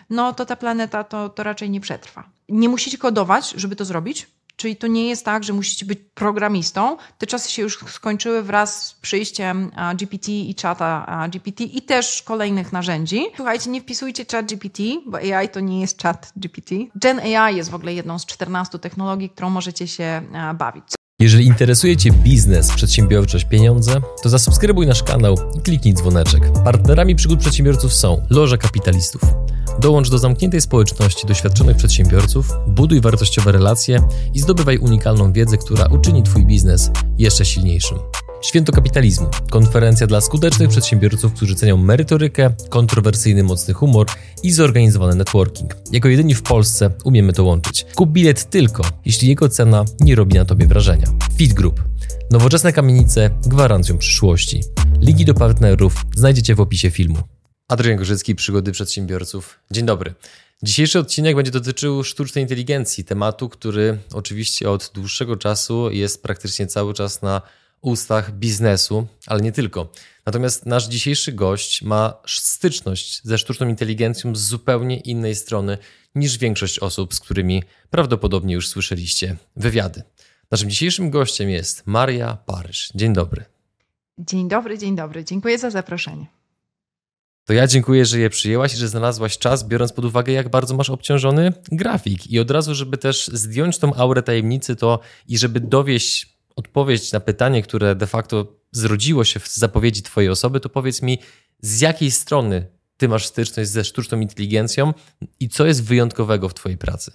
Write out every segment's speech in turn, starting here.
no to ta planeta to raczej nie przetrwa. Nie musicie kodować, żeby to zrobić. Czyli to nie jest tak, że musicie być programistą. Te czasy się już skończyły wraz z przyjściem GPT i czata GPT i też kolejnych narzędzi. Słuchajcie, nie wpisujcie ChatGPT, bo AI to nie jest ChatGPT. Gen AI jest w ogóle jedną z 14 technologii, którą możecie się bawić. Jeżeli interesuje Cię biznes, przedsiębiorczość, pieniądze, to zasubskrybuj nasz kanał i kliknij dzwoneczek. Partnerami przygód przedsiębiorców są Loża Kapitalistów. Dołącz do zamkniętej społeczności doświadczonych przedsiębiorców, buduj wartościowe relacje i zdobywaj unikalną wiedzę, która uczyni Twój biznes jeszcze silniejszym. Święto Kapitalizmu. Konferencja dla skutecznych przedsiębiorców, którzy cenią merytorykę, kontrowersyjny, mocny humor i zorganizowany networking. Jako jedyni w Polsce umiemy to łączyć. Kup bilet tylko, jeśli jego cena nie robi na Tobie wrażenia. Fit Group. Nowoczesne kamienice gwarancją przyszłości. Linki do partnerów znajdziecie w opisie filmu. Adrian Gorzycki, Przygody Przedsiębiorców. Dzień dobry. Dzisiejszy odcinek będzie dotyczył sztucznej inteligencji, tematu, który oczywiście od dłuższego czasu jest praktycznie cały czas na ustach biznesu, ale nie tylko. Natomiast nasz dzisiejszy gość ma styczność ze sztuczną inteligencją z zupełnie innej strony niż większość osób, z którymi prawdopodobnie już słyszeliście wywiady. Naszym dzisiejszym gościem jest Maria Paryż. Dzień dobry. Dzień dobry, dzień dobry. Dziękuję za zaproszenie. To ja dziękuję, że je przyjęłaś i że znalazłaś czas, biorąc pod uwagę, jak bardzo masz obciążony grafik. I od razu, żeby też zdjąć tą aurę tajemnicy, to i żeby dowieść odpowiedź na pytanie, które de facto zrodziło się z zapowiedzi twojej osoby, to powiedz mi, z jakiej strony ty masz styczność ze sztuczną inteligencją i co jest wyjątkowego w twojej pracy?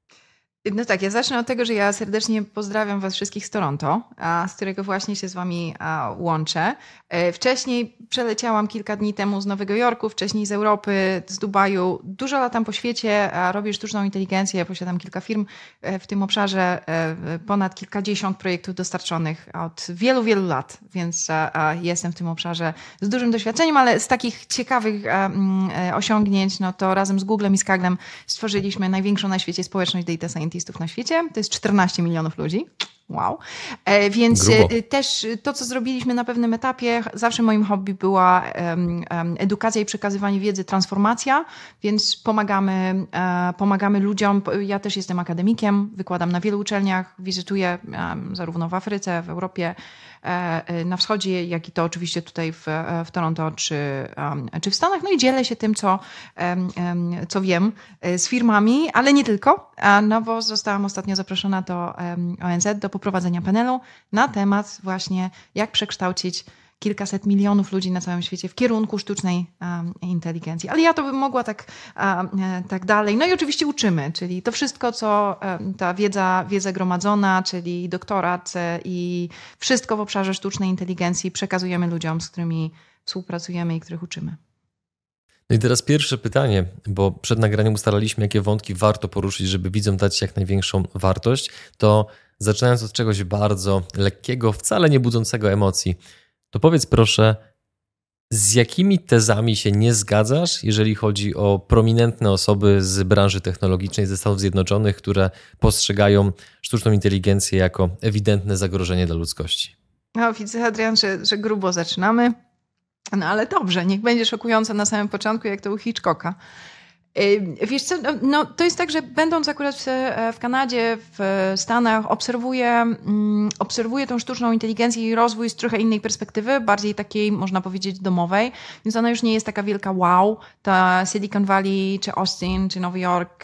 No tak, ja zacznę od tego, że ja serdecznie pozdrawiam was wszystkich z Toronto, z którego właśnie się z wami łączę. Wcześniej przeleciałam kilka dni temu z Nowego Jorku, wcześniej z Europy, z Dubaju. Dużo latam po świecie, robię sztuczną inteligencję, posiadam kilka firm w tym obszarze, ponad kilkadziesiąt projektów dostarczonych od wielu, wielu lat, więc jestem w tym obszarze z dużym doświadczeniem, ale z takich ciekawych osiągnięć, no to razem z Googlem i Skaglem stworzyliśmy największą na świecie społeczność data scientistów na świecie. To jest 14 milionów ludzi. Wow. Więc grubo. Też to, co zrobiliśmy na pewnym etapie, zawsze moim hobby była edukacja i przekazywanie wiedzy, transformacja, więc pomagamy ludziom. Ja też jestem akademikiem, wykładam na wielu uczelniach, wizytuję zarówno w Afryce, w Europie, na wschodzie, jak i to oczywiście tutaj w Toronto czy w Stanach. No i dzielę się tym, co wiem z firmami, ale nie tylko, no bo zostałam ostatnio zaproszona do ONZ, do poprowadzenia panelu na temat właśnie jak przekształcić kilkaset milionów ludzi na całym świecie w kierunku sztucznej inteligencji. Ale ja to bym mogła tak dalej. No i oczywiście uczymy, czyli to wszystko, co ta wiedza gromadzona, czyli doktorat i wszystko w obszarze sztucznej inteligencji przekazujemy ludziom, z którymi współpracujemy i których uczymy. No i teraz pierwsze pytanie, bo przed nagraniem ustalaliśmy, jakie wątki warto poruszyć, żeby widzom dać jak największą wartość, to zaczynając od czegoś bardzo lekkiego, wcale nie budzącego emocji, to powiedz proszę, z jakimi tezami się nie zgadzasz, jeżeli chodzi o prominentne osoby z branży technologicznej ze Stanów Zjednoczonych, które postrzegają sztuczną inteligencję jako ewidentne zagrożenie dla ludzkości? No, widzę, Adrian, że grubo zaczynamy. No ale dobrze, niech będzie szokujące na samym początku, jak to u Hitchcocka. Wiesz co, no, to jest tak, że będąc akurat w Kanadzie, w Stanach, obserwuję tą sztuczną inteligencję i rozwój z trochę innej perspektywy, bardziej takiej, można powiedzieć, domowej. Więc ona już nie jest taka wielka wow, ta Silicon Valley, czy Austin, czy Nowy Jork,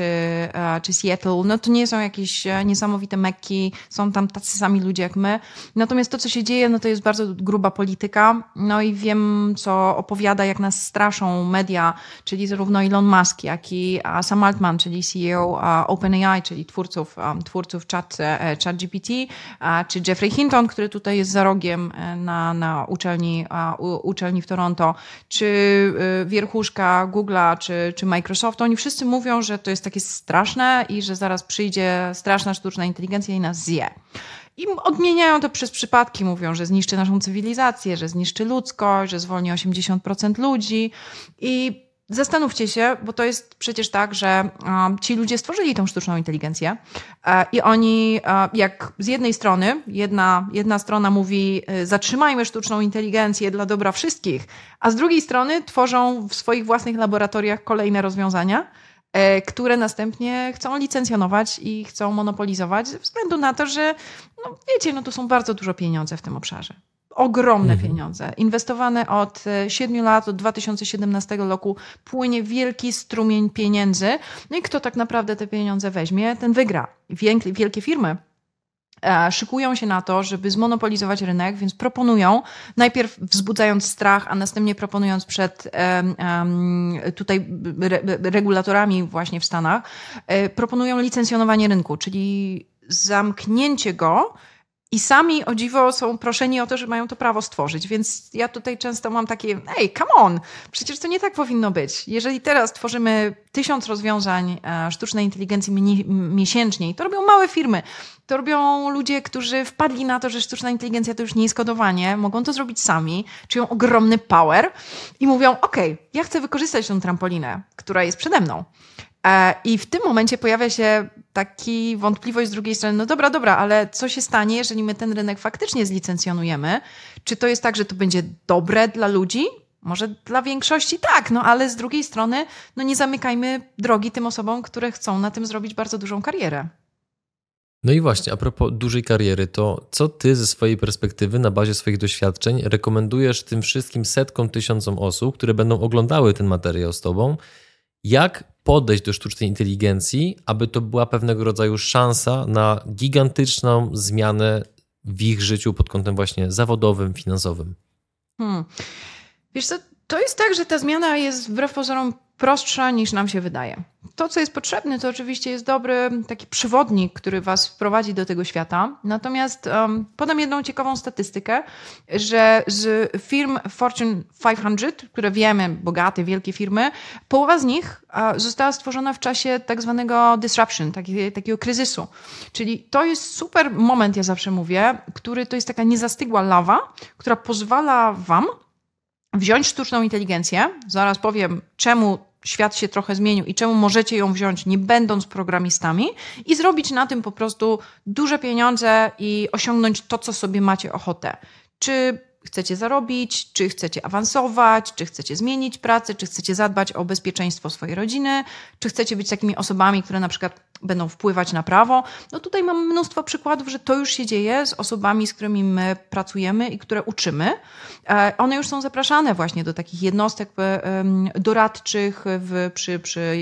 czy Seattle, no to nie są jakieś niesamowite mekki, są tam tacy sami ludzie jak my. Natomiast to, co się dzieje, no to jest bardzo gruba polityka, no i wiem, co opowiada, jak nas straszą media, czyli zarówno Elon Musk, jak i Sam Altman, czyli CEO OpenAI, czyli twórców ChatGPT, czy Jeffrey Hinton, który tutaj jest za rogiem na uczelni w Toronto, czy wierchuszka Google'a, czy Microsoftu. Oni wszyscy mówią, że to jest takie straszne i że zaraz przyjdzie straszna sztuczna inteligencja i nas zje. I odmieniają to przez przypadki, mówią, że zniszczy naszą cywilizację, że zniszczy ludzkość, że zwolni 80% ludzi. I zastanówcie się, bo to jest przecież tak, że ci ludzie stworzyli tą sztuczną inteligencję i oni, jak z jednej strony, jedna strona mówi zatrzymajmy sztuczną inteligencję dla dobra wszystkich, a z drugiej strony tworzą w swoich własnych laboratoriach kolejne rozwiązania, które następnie chcą licencjonować i chcą monopolizować ze względu na to, że to są bardzo dużo pieniądze w tym obszarze. Ogromne pieniądze. Inwestowane od 7 lat, od 2017 roku płynie wielki strumień pieniędzy. No i kto tak naprawdę te pieniądze weźmie, ten wygra. Wielkie firmy szykują się na to, żeby zmonopolizować rynek, więc proponują, najpierw wzbudzając strach, a następnie proponując przed tutaj regulatorami właśnie w Stanach, proponują licencjonowanie rynku, czyli zamknięcie go. I sami, o dziwo, są proszeni o to, że mają to prawo stworzyć. Więc ja tutaj często mam takie, come on, przecież to nie tak powinno być. Jeżeli teraz tworzymy 1000 rozwiązań sztucznej inteligencji miesięcznie, to robią małe firmy, to robią ludzie, którzy wpadli na to, że sztuczna inteligencja to już nie jest kodowanie, mogą to zrobić sami, czują ogromny power i mówią, ja chcę wykorzystać tę trampolinę, która jest przede mną. I w tym momencie pojawia się taki wątpliwość z drugiej strony, no dobra, ale co się stanie, jeżeli my ten rynek faktycznie zlicencjonujemy? Czy to jest tak, że to będzie dobre dla ludzi? Może dla większości tak, ale z drugiej strony nie zamykajmy drogi tym osobom, które chcą na tym zrobić bardzo dużą karierę. No i właśnie, a propos dużej kariery, to co ty ze swojej perspektywy, na bazie swoich doświadczeń, rekomendujesz tym wszystkim setkom, tysiącom osób, które będą oglądały ten materiał z tobą, jak podejść do sztucznej inteligencji, aby to była pewnego rodzaju szansa na gigantyczną zmianę w ich życiu pod kątem właśnie zawodowym, finansowym? Wiesz co, to jest tak, że ta zmiana jest wbrew pozorom prostsza niż nam się wydaje. To, co jest potrzebne, to oczywiście jest dobry taki przewodnik, który was wprowadzi do tego świata. Natomiast podam jedną ciekawą statystykę, że z firm Fortune 500, które wiemy, bogate, wielkie firmy, połowa z nich została stworzona w czasie tak zwanego disruption, takiego kryzysu. Czyli to jest super moment, ja zawsze mówię, który to jest taka niezastygła lawa, która pozwala wam wziąć sztuczną inteligencję, zaraz powiem, czemu świat się trochę zmienił i czemu możecie ją wziąć, nie będąc programistami, i zrobić na tym po prostu duże pieniądze i osiągnąć to, co sobie macie ochotę. Czy chcecie zarobić, czy chcecie awansować, czy chcecie zmienić pracę, czy chcecie zadbać o bezpieczeństwo swojej rodziny, czy chcecie być takimi osobami, które na przykład będą wpływać na prawo. Tutaj mam mnóstwo przykładów, że to już się dzieje z osobami, z którymi my pracujemy i które uczymy. One już są zapraszane właśnie do takich jednostek doradczych przy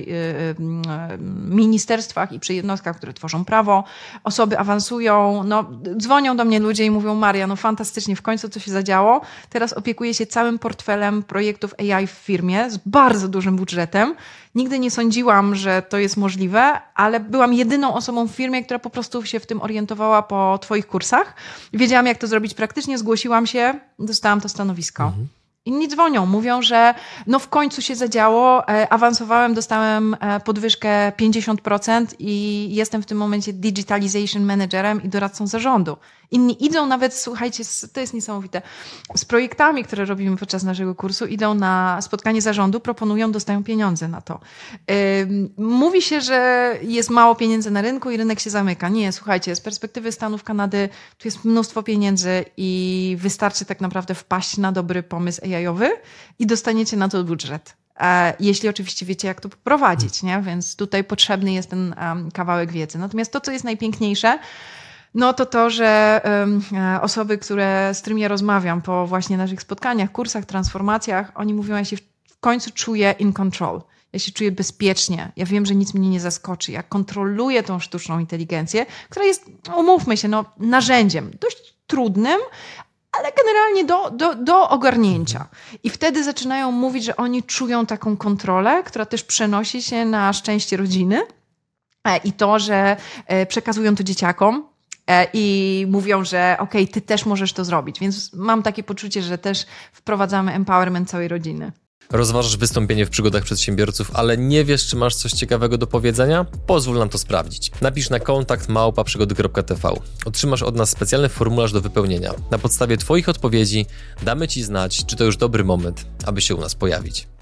ministerstwach i przy jednostkach, które tworzą prawo. Osoby awansują, dzwonią do mnie ludzie i mówią: Maria, fantastycznie, w końcu co się zadziało. Teraz opiekuję się całym portfelem projektów AI w firmie z bardzo dużym budżetem. Nigdy nie sądziłam, że to jest możliwe, ale byłam jedyną osobą w firmie, która po prostu się w tym orientowała po twoich kursach. Wiedziałam, jak to zrobić praktycznie, zgłosiłam się, dostałam to stanowisko. Inni dzwonią, mówią, że w końcu się zadziało, awansowałem, dostałem podwyżkę 50% i jestem w tym momencie digitalization managerem i doradcą zarządu. Inni idą nawet, słuchajcie, to jest niesamowite, z projektami, które robimy podczas naszego kursu, idą na spotkanie zarządu, proponują, dostają pieniądze na to. Mówi się, że jest mało pieniędzy na rynku i rynek się zamyka. Nie, słuchajcie, z perspektywy Stanów, Kanady, tu jest mnóstwo pieniędzy i wystarczy tak naprawdę wpaść na dobry pomysł AI-owy i dostaniecie na to budżet. Jeśli oczywiście wiecie, jak to poprowadzić, nie? Więc tutaj potrzebny jest ten kawałek wiedzy. Natomiast to, co jest najpiękniejsze, to, że osoby, z którymi ja rozmawiam po właśnie naszych spotkaniach, kursach, transformacjach, oni mówią: ja się w końcu czuję in control. Ja się czuję bezpiecznie. Ja wiem, że nic mnie nie zaskoczy. Ja kontroluję tą sztuczną inteligencję, która jest, umówmy się, narzędziem dość trudnym, ale generalnie do ogarnięcia. I wtedy zaczynają mówić, że oni czują taką kontrolę, która też przenosi się na szczęście rodziny i to, że przekazują to dzieciakom i mówią, że okej, ty też możesz to zrobić. Więc mam takie poczucie, że też wprowadzamy empowerment całej rodziny. Rozważasz wystąpienie w Przygodach Przedsiębiorców, ale nie wiesz, czy masz coś ciekawego do powiedzenia? Pozwól nam to sprawdzić. Napisz na kontakt@przygody.tv. Otrzymasz od nas specjalny formularz do wypełnienia. Na podstawie twoich odpowiedzi damy ci znać, czy to już dobry moment, aby się u nas pojawić.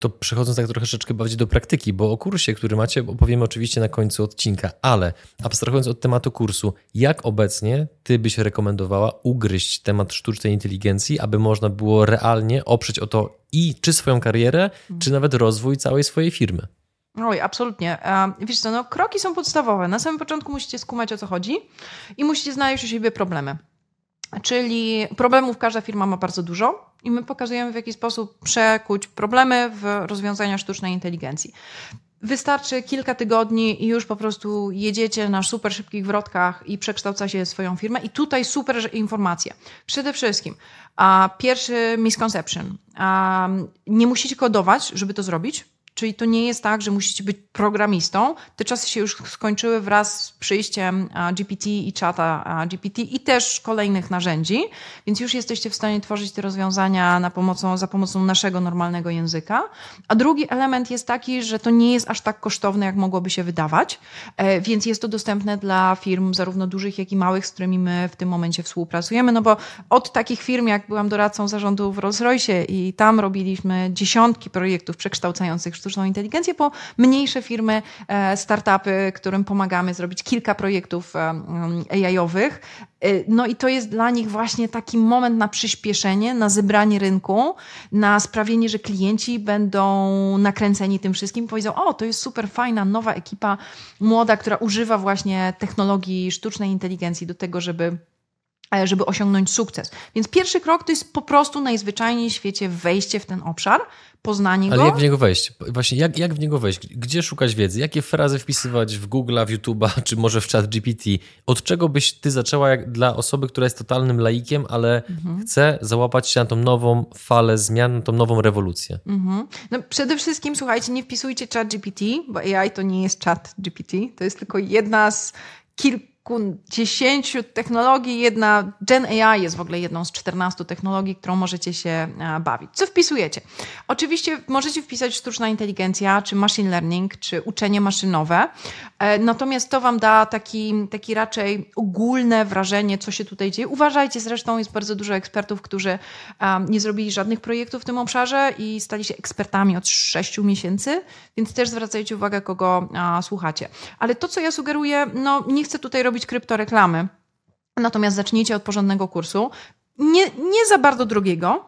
To przechodząc tak troszeczkę bardziej do praktyki, bo o kursie, który macie, opowiemy oczywiście na końcu odcinka, ale abstrahując od tematu kursu, jak obecnie ty byś rekomendowała ugryźć temat sztucznej inteligencji, aby można było realnie oprzeć o to i czy swoją karierę, czy nawet rozwój całej swojej firmy? Oj, absolutnie. Wiesz co, no, kroki są podstawowe. Na samym początku musicie skumać, o co chodzi i musicie znaleźć u siebie problemy. Czyli problemów każda firma ma bardzo dużo i my pokazujemy, w jaki sposób przekuć problemy w rozwiązania sztucznej inteligencji. Wystarczy kilka tygodni i już po prostu jedziecie na super szybkich wrotkach i przekształcacie swoją firmę. I tutaj super informacje. Przede wszystkim pierwszy misconception. Nie musicie kodować, żeby to zrobić. Czyli to nie jest tak, że musicie być programistą. Te czasy się już skończyły wraz z przyjściem GPT i czata GPT i też kolejnych narzędzi, więc już jesteście w stanie tworzyć te rozwiązania za pomocą naszego normalnego języka. A drugi element jest taki, że to nie jest aż tak kosztowne, jak mogłoby się wydawać, więc jest to dostępne dla firm zarówno dużych, jak i małych, z którymi my w tym momencie współpracujemy, no bo od takich firm, jak byłam doradcą zarządu w Rolls-Royce i tam robiliśmy dziesiątki projektów przekształcających sztuczną inteligencję, po mniejsze firmy, startupy, którym pomagamy zrobić kilka projektów AI-owych. No i to jest dla nich właśnie taki moment na przyspieszenie, na zebranie rynku, na sprawienie, że klienci będą nakręceni tym wszystkim. Powiedzą, to jest super fajna, nowa ekipa młoda, która używa właśnie technologii sztucznej inteligencji do tego, żeby osiągnąć sukces. Więc pierwszy krok to jest po prostu najzwyczajniej w świecie wejście w ten obszar, poznanie go. Ale jak w niego wejść? Właśnie jak w niego wejść? Gdzie szukać wiedzy? Jakie frazy wpisywać w Google'a, w YouTube'a, czy może w ChatGPT? Od czego byś ty zaczęła dla osoby, która jest totalnym laikiem, ale chce załapać się na tą nową falę zmian, na tą nową rewolucję? No, przede wszystkim, słuchajcie, nie wpisujcie ChatGPT, bo AI to nie jest ChatGPT, to jest tylko jedna z kilkudziesięciu technologii. Gen AI jest w ogóle jedną z 14 technologii, którą możecie się bawić. Co wpisujecie? Oczywiście możecie wpisać sztuczna inteligencja, czy machine learning, czy uczenie maszynowe, natomiast to wam da taki raczej ogólne wrażenie, co się tutaj dzieje. Uważajcie, zresztą jest bardzo dużo ekspertów, którzy nie zrobili żadnych projektów w tym obszarze i stali się ekspertami od 6 miesięcy, więc też zwracajcie uwagę, kogo słuchacie. Ale to, co ja sugeruję, nie chcę tutaj robić kryptoreklamy, natomiast zacznijcie od porządnego kursu, nie za bardzo drogiego,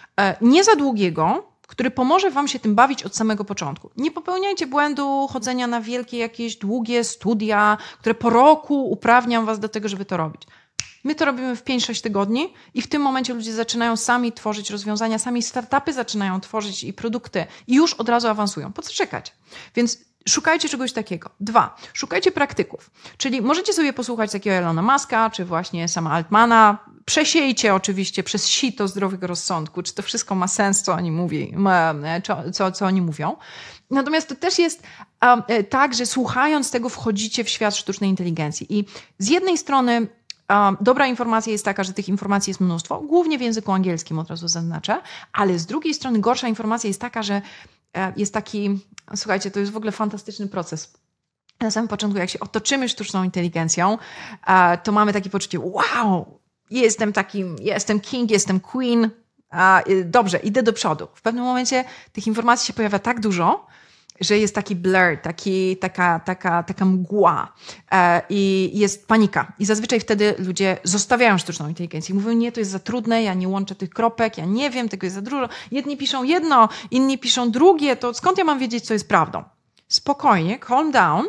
nie za długiego, który pomoże wam się tym bawić od samego początku. Nie popełniajcie błędu chodzenia na wielkie jakieś długie studia, które po roku uprawnią was do tego, żeby to robić. My to robimy w 5-6 tygodni i w tym momencie ludzie zaczynają sami tworzyć rozwiązania, sami startupy zaczynają tworzyć i produkty i już od razu awansują. Po co czekać? Więc szukajcie czegoś takiego. 2. Szukajcie praktyków. Czyli możecie sobie posłuchać takiego Elona Muska, czy właśnie Sama Altmana. Przesiejcie oczywiście przez sito zdrowego rozsądku, czy to wszystko ma sens, co oni mówią. Natomiast to też jest tak, że słuchając tego wchodzicie w świat sztucznej inteligencji. I z jednej strony dobra informacja jest taka, że tych informacji jest mnóstwo, głównie w języku angielskim, od razu zaznaczę, ale z drugiej strony gorsza informacja jest taka, że jest taki, słuchajcie, to jest w ogóle fantastyczny proces. Na samym początku, jak się otoczymy sztuczną inteligencją, to mamy takie poczucie, wow, jestem king, jestem queen, dobrze, idę do przodu. W pewnym momencie tych informacji się pojawia tak dużo, że jest taki blur, taka mgła i jest panika. I zazwyczaj wtedy ludzie zostawiają sztuczną inteligencję. Mówią, nie, to jest za trudne, ja nie łączę tych kropek, ja nie wiem, tego jest za dużo. Jedni piszą jedno, inni piszą drugie, to skąd ja mam wiedzieć, co jest prawdą? Spokojnie, calm down,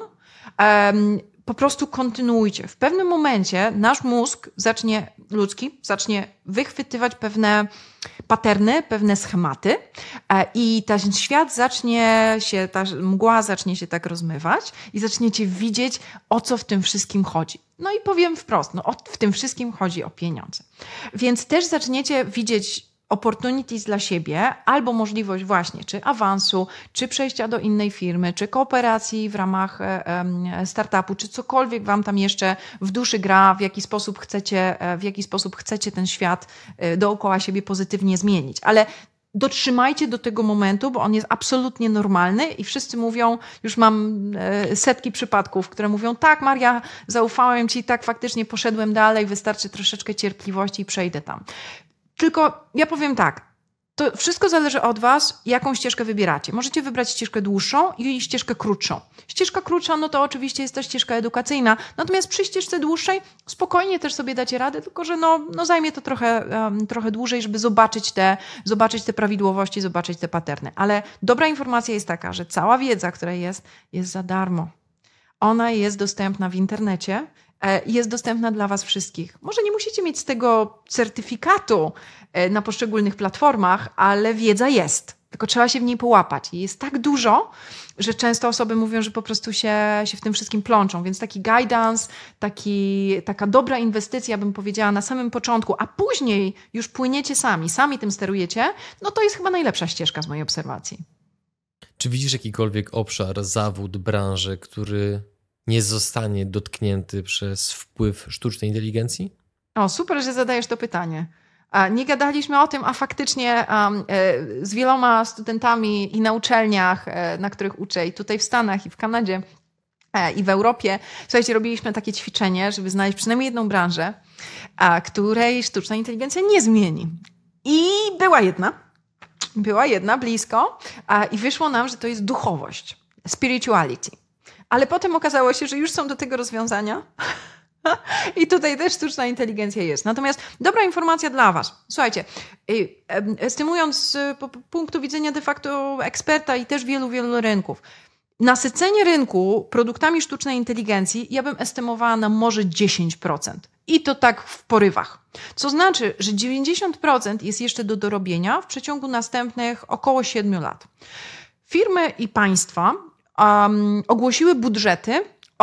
po prostu kontynuujcie. W pewnym momencie nasz mózg ludzki zacznie wychwytywać pewne paterny, pewne schematy i ten świat ta mgła zacznie się tak rozmywać i zaczniecie widzieć, o co w tym wszystkim chodzi. No i powiem wprost, w tym wszystkim chodzi o pieniądze. Więc też zaczniecie widzieć opportunities dla siebie albo możliwość właśnie czy awansu, czy przejścia do innej firmy, czy kooperacji w ramach startupu, czy cokolwiek wam tam jeszcze w duszy gra, w jaki sposób chcecie ten świat dookoła siebie pozytywnie zmienić. Ale dotrzymajcie do tego momentu, bo on jest absolutnie normalny i wszyscy mówią, już mam setki przypadków, które mówią, tak Maria, zaufałem ci, tak faktycznie poszedłem dalej, wystarczy troszeczkę cierpliwości i przejdę tam. Tylko ja powiem tak, To wszystko zależy od was, jaką ścieżkę wybieracie. Możecie wybrać ścieżkę dłuższą i ścieżkę krótszą. Ścieżka krótsza, no to oczywiście jest to ścieżka edukacyjna, natomiast przy ścieżce dłuższej spokojnie też sobie dacie radę, tylko że no zajmie to trochę dłużej, żeby zobaczyć te prawidłowości, zobaczyć te paterny. Ale dobra informacja jest taka, że cała wiedza, która jest za darmo. Ona jest dostępna w internecie, jest dostępna dla was wszystkich. Może nie musicie mieć z tego certyfikatu na poszczególnych platformach, ale wiedza jest. Tylko trzeba się w niej połapać. I jest tak dużo, że często osoby mówią, że po prostu się w tym wszystkim plączą. Więc taki guidance, taka dobra inwestycja, bym powiedziała, na samym początku, a później już płyniecie sami tym sterujecie, no to jest chyba najlepsza ścieżka z mojej obserwacji. Czy widzisz jakikolwiek obszar, zawód, branżę, który nie zostanie dotknięty przez wpływ sztucznej inteligencji? O, super, że zadajesz to pytanie. Nie gadaliśmy o tym, a faktycznie z wieloma studentami i na uczelniach, na których uczę, i tutaj w Stanach, i w Kanadzie, i w Europie, słuchajcie, robiliśmy takie ćwiczenie, żeby znaleźć przynajmniej jedną branżę, której sztuczna inteligencja nie zmieni. I była jedna blisko, i wyszło nam, że to jest duchowość, spirituality. Ale potem okazało się, że już są do tego rozwiązania i tutaj też sztuczna inteligencja jest. Natomiast dobra informacja dla was. Słuchajcie, estymując z punktu widzenia de facto eksperta i też wielu rynków, nasycenie rynku produktami sztucznej inteligencji ja bym estymowała na może 10%. I to tak w porywach. Co znaczy, że 90% jest jeszcze do dorobienia w przeciągu następnych około 7 lat. Firmy i państwa ogłosiły budżety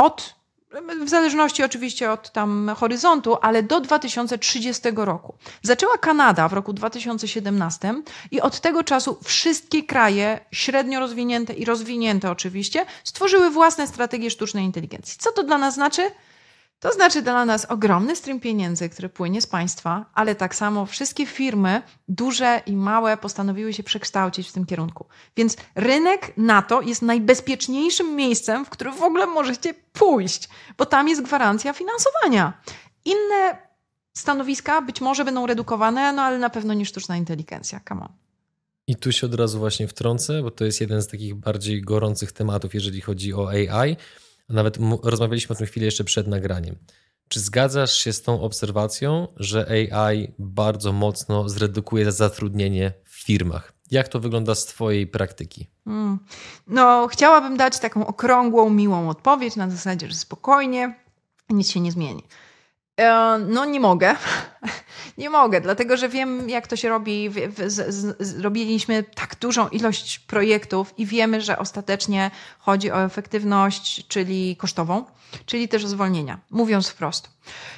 w zależności oczywiście od tam horyzontu, ale do 2030 roku. Zaczęła Kanada w roku 2017 i od tego czasu wszystkie kraje średnio rozwinięte i rozwinięte oczywiście stworzyły własne strategie sztucznej inteligencji. Co to dla nas znaczy? To znaczy dla nas ogromny stream pieniędzy, który płynie z państwa, ale tak samo wszystkie firmy, duże i małe, postanowiły się przekształcić w tym kierunku. Więc rynek NATO jest najbezpieczniejszym miejscem, w którym w ogóle możecie pójść, bo tam jest gwarancja finansowania. Inne stanowiska być może będą redukowane, no ale na pewno nie sztuczna inteligencja. Come on. I tu się od razu właśnie wtrącę, bo to jest jeden z takich bardziej gorących tematów, jeżeli chodzi o AI. Nawet rozmawialiśmy o tym chwilę jeszcze przed nagraniem. Czy zgadzasz się z tą obserwacją, że AI bardzo mocno zredukuje zatrudnienie w firmach? Jak to wygląda z twojej praktyki? No, chciałabym dać taką okrągłą, miłą odpowiedź na zasadzie, że spokojnie, nic się nie zmieni. No nie mogę. Nie mogę, dlatego że wiem, jak to się robi. Robiliśmy tak dużą ilość projektów i wiemy, że ostatecznie chodzi o efektywność, czyli kosztową, czyli też o zwolnienia, mówiąc wprost.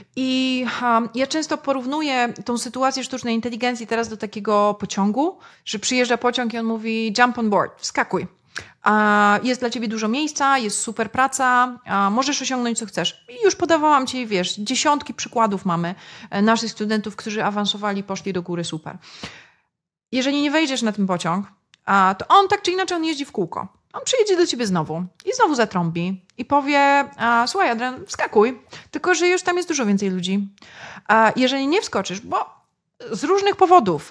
I ja często porównuję tą sytuację sztucznej inteligencji teraz do takiego pociągu, że przyjeżdża pociąg i on mówi jump on board, wskakuj. Jest dla ciebie dużo miejsca, jest super praca, możesz osiągnąć co chcesz. I już podawałam ci, wiesz, dziesiątki przykładów mamy naszych studentów, którzy awansowali, poszli do góry, super. Jeżeli nie wejdziesz na ten pociąg, to on tak czy inaczej on jeździ w kółko. On przyjedzie do ciebie znowu i znowu zatrąbi i powie, słuchaj Adrian, wskakuj, tylko że już tam jest dużo więcej ludzi. Jeżeli nie wskoczysz, bo z różnych powodów,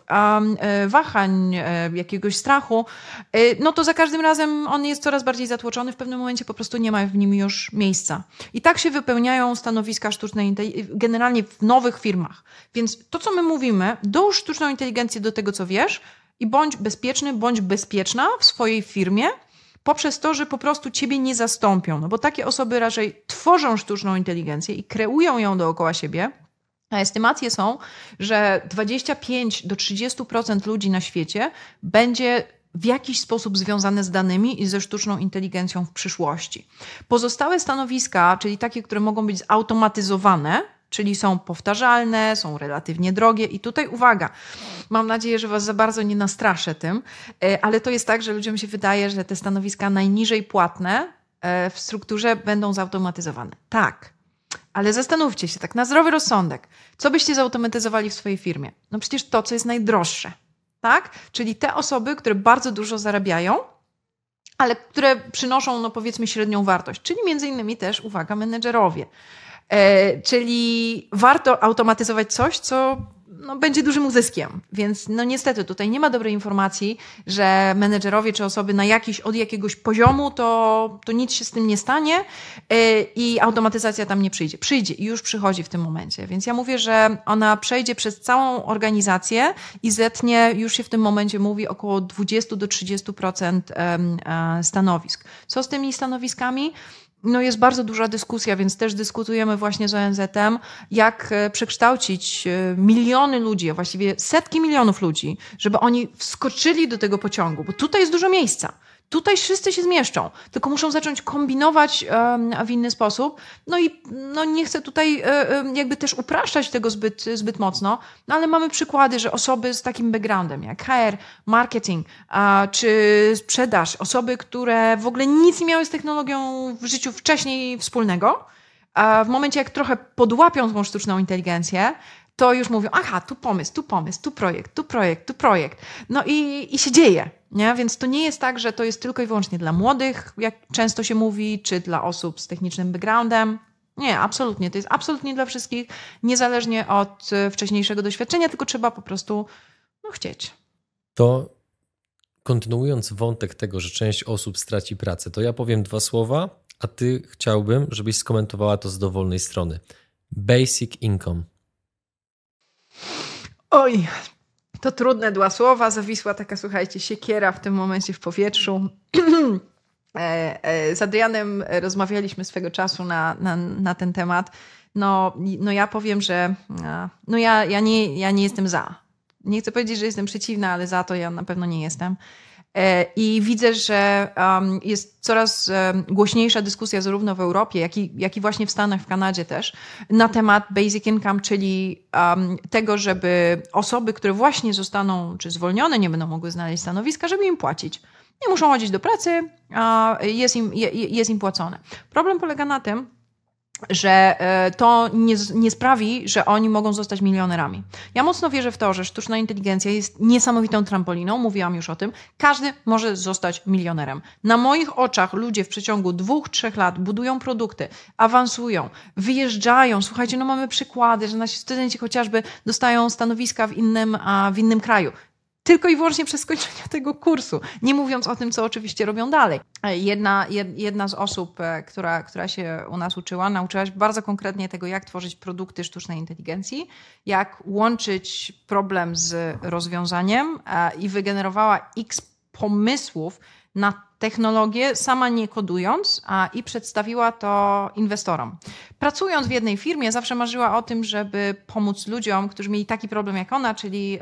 wahań, jakiegoś strachu, no to za każdym razem on jest coraz bardziej zatłoczony, w pewnym momencie po prostu nie ma w nim już miejsca. I tak się wypełniają stanowiska sztucznej inteligencji, generalnie w nowych firmach. Więc to, co my mówimy, dołóż sztuczną inteligencję do tego, co wiesz i bądź bezpieczny, bądź bezpieczna w swojej firmie, poprzez to, że po prostu ciebie nie zastąpią. No bo takie osoby raczej tworzą sztuczną inteligencję i kreują ją dookoła siebie. A estymacje są, że 25 do 30% ludzi na świecie będzie w jakiś sposób związane z danymi i ze sztuczną inteligencją w przyszłości. Pozostałe stanowiska, czyli takie, które mogą być zautomatyzowane, czyli są powtarzalne, są relatywnie drogie i tutaj uwaga, mam nadzieję, że was za bardzo nie nastraszę tym, ale to jest tak, że ludziom się wydaje, że te stanowiska najniżej płatne w strukturze będą zautomatyzowane. Tak. Ale zastanówcie się tak na zdrowy rozsądek. Co byście zautomatyzowali w swojej firmie? No przecież to, co jest najdroższe. Tak? Czyli te osoby, które bardzo dużo zarabiają, ale które przynoszą, no powiedzmy, średnią wartość. Czyli między innymi też, uwaga, menedżerowie. Czyli warto automatyzować coś, co będzie dużym uzyskiem. Więc niestety tutaj nie ma dobrej informacji, że menedżerowie czy osoby od jakiegoś poziomu, to nic się z tym nie stanie i automatyzacja tam nie przyjdzie. Przyjdzie i już przychodzi w tym momencie. Więc ja mówię, że ona przejdzie przez całą organizację i zetnie, już się w tym momencie mówi, około 20-30% stanowisk. Co z tymi stanowiskami? Jest bardzo duża dyskusja, więc też dyskutujemy właśnie z ONZ-em, jak przekształcić miliony ludzi, a właściwie setki milionów ludzi, żeby oni wskoczyli do tego pociągu, bo tutaj jest dużo miejsca. Tutaj wszyscy się zmieszczą, tylko muszą zacząć kombinować w inny sposób. I nie chcę tutaj jakby też upraszczać tego zbyt mocno, ale mamy przykłady, że osoby z takim backgroundem jak HR, marketing czy sprzedaż, osoby, które w ogóle nic nie miały z technologią w życiu wcześniej wspólnego, w momencie jak trochę podłapią tą sztuczną inteligencję, to już mówią, aha, tu pomysł, tu projekt. I się dzieje. Nie? Więc to nie jest tak, że to jest tylko i wyłącznie dla młodych, jak często się mówi, czy dla osób z technicznym backgroundem. Nie, absolutnie. To jest absolutnie dla wszystkich, niezależnie od wcześniejszego doświadczenia, tylko trzeba po prostu chcieć. To kontynuując wątek tego, że część osób straci pracę, to ja powiem 2 słowa, a ty chciałbym, żebyś skomentowała to z dowolnej strony. Basic income. Oj, to trudne 2 słowa, zawisła taka, słuchajcie, siekiera w tym momencie w powietrzu. Z Adrianem rozmawialiśmy swego czasu na ten temat. Ja powiem, że ja nie jestem za. Nie chcę powiedzieć, że jestem przeciwna, ale za to ja na pewno nie jestem. I widzę, że jest coraz głośniejsza dyskusja zarówno w Europie, jak i właśnie w Stanach, w Kanadzie też, na temat basic income, czyli tego, żeby osoby, które właśnie zostaną czy zwolnione, nie będą mogły znaleźć stanowiska, żeby im płacić. Nie muszą chodzić do pracy, jest im płacone. Problem polega na tym, że to nie sprawi, że oni mogą zostać milionerami. Ja mocno wierzę w to, że sztuczna inteligencja jest niesamowitą trampoliną, mówiłam już o tym. Każdy może zostać milionerem. Na moich oczach ludzie w przeciągu 2-3 lat budują produkty, awansują, wyjeżdżają. Słuchajcie, mamy przykłady, że nasi studenci chociażby dostają stanowiska w innym kraju. Tylko i wyłącznie przez skończenie tego kursu. Nie mówiąc o tym, co oczywiście robią dalej. Jedna z osób, która się u nas nauczyła się bardzo konkretnie tego, jak tworzyć produkty sztucznej inteligencji, jak łączyć problem z rozwiązaniem i wygenerowała x pomysłów na technologię, sama nie kodując, i przedstawiła to inwestorom. Pracując w jednej firmie, zawsze marzyła o tym, żeby pomóc ludziom, którzy mieli taki problem jak ona, czyli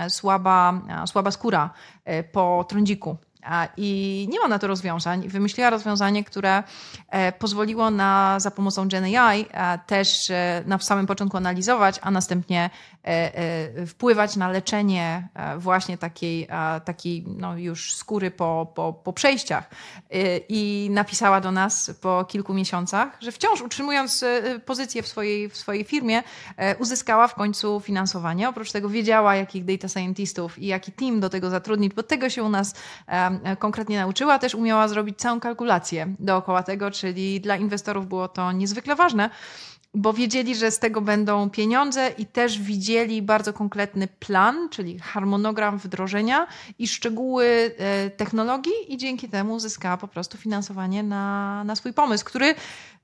słaba skóra po trądziku. I nie ma na to rozwiązań. Wymyśliła rozwiązanie, które pozwoliło za pomocą GenAI też na samym początku analizować, a następnie wpływać na leczenie właśnie takiej już skóry po przejściach. I napisała do nas po kilku miesiącach, że wciąż utrzymując pozycję w swojej firmie, uzyskała w końcu finansowanie. Oprócz tego wiedziała, jakich data scientistów i jaki team do tego zatrudnić, bo tego się u nas konkretnie nauczyła. Też umiała zrobić całą kalkulację dookoła tego, czyli dla inwestorów było to niezwykle ważne, bo wiedzieli, że z tego będą pieniądze i też widzieli bardzo konkretny plan, czyli harmonogram wdrożenia i szczegóły technologii i dzięki temu uzyskała po prostu finansowanie na swój pomysł, który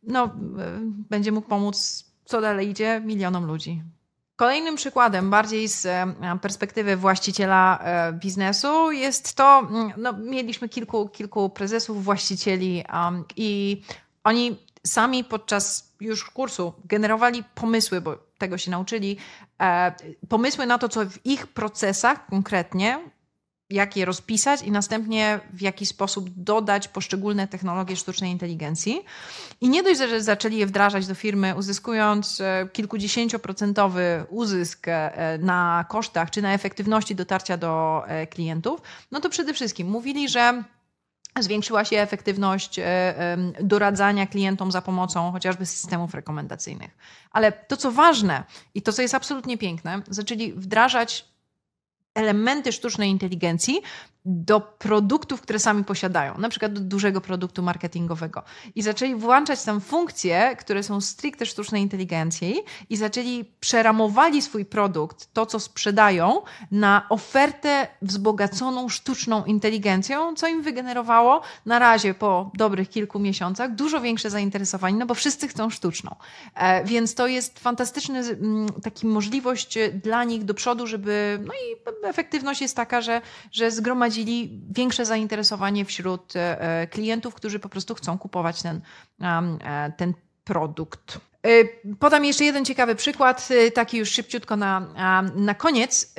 będzie mógł pomóc, co dalej idzie, milionom ludzi. Kolejnym przykładem, bardziej z perspektywy właściciela biznesu, jest to, mieliśmy kilku prezesów, właścicieli i oni sami podczas już kursu generowali pomysły, bo tego się nauczyli, pomysły na to, co w ich procesach konkretnie, jak je rozpisać i następnie w jaki sposób dodać poszczególne technologie sztucznej inteligencji. I nie dość, że zaczęli je wdrażać do firmy, uzyskując kilkudziesięcioprocentowy uzysk na kosztach czy na efektywności dotarcia do klientów, to przede wszystkim mówili, że zwiększyła się efektywność doradzania klientom za pomocą chociażby systemów rekomendacyjnych. Ale to, co ważne i to, co jest absolutnie piękne, zaczęli wdrażać elementy sztucznej inteligencji do produktów, które sami posiadają, na przykład do dużego produktu marketingowego i zaczęli włączać tam funkcje, które są stricte sztucznej inteligencji i zaczęli przeramowali swój produkt, to co sprzedają, na ofertę wzbogaconą sztuczną inteligencją, co im wygenerowało na razie po dobrych kilku miesiącach dużo większe zainteresowanie, no bo wszyscy chcą sztuczną. Więc to jest fantastyczny taki możliwość dla nich do przodu, żeby, no i efektywność jest taka, że zgromadzili większe zainteresowanie wśród klientów, którzy po prostu chcą kupować ten produkt. Podam jeszcze jeden ciekawy przykład, taki już szybciutko na koniec.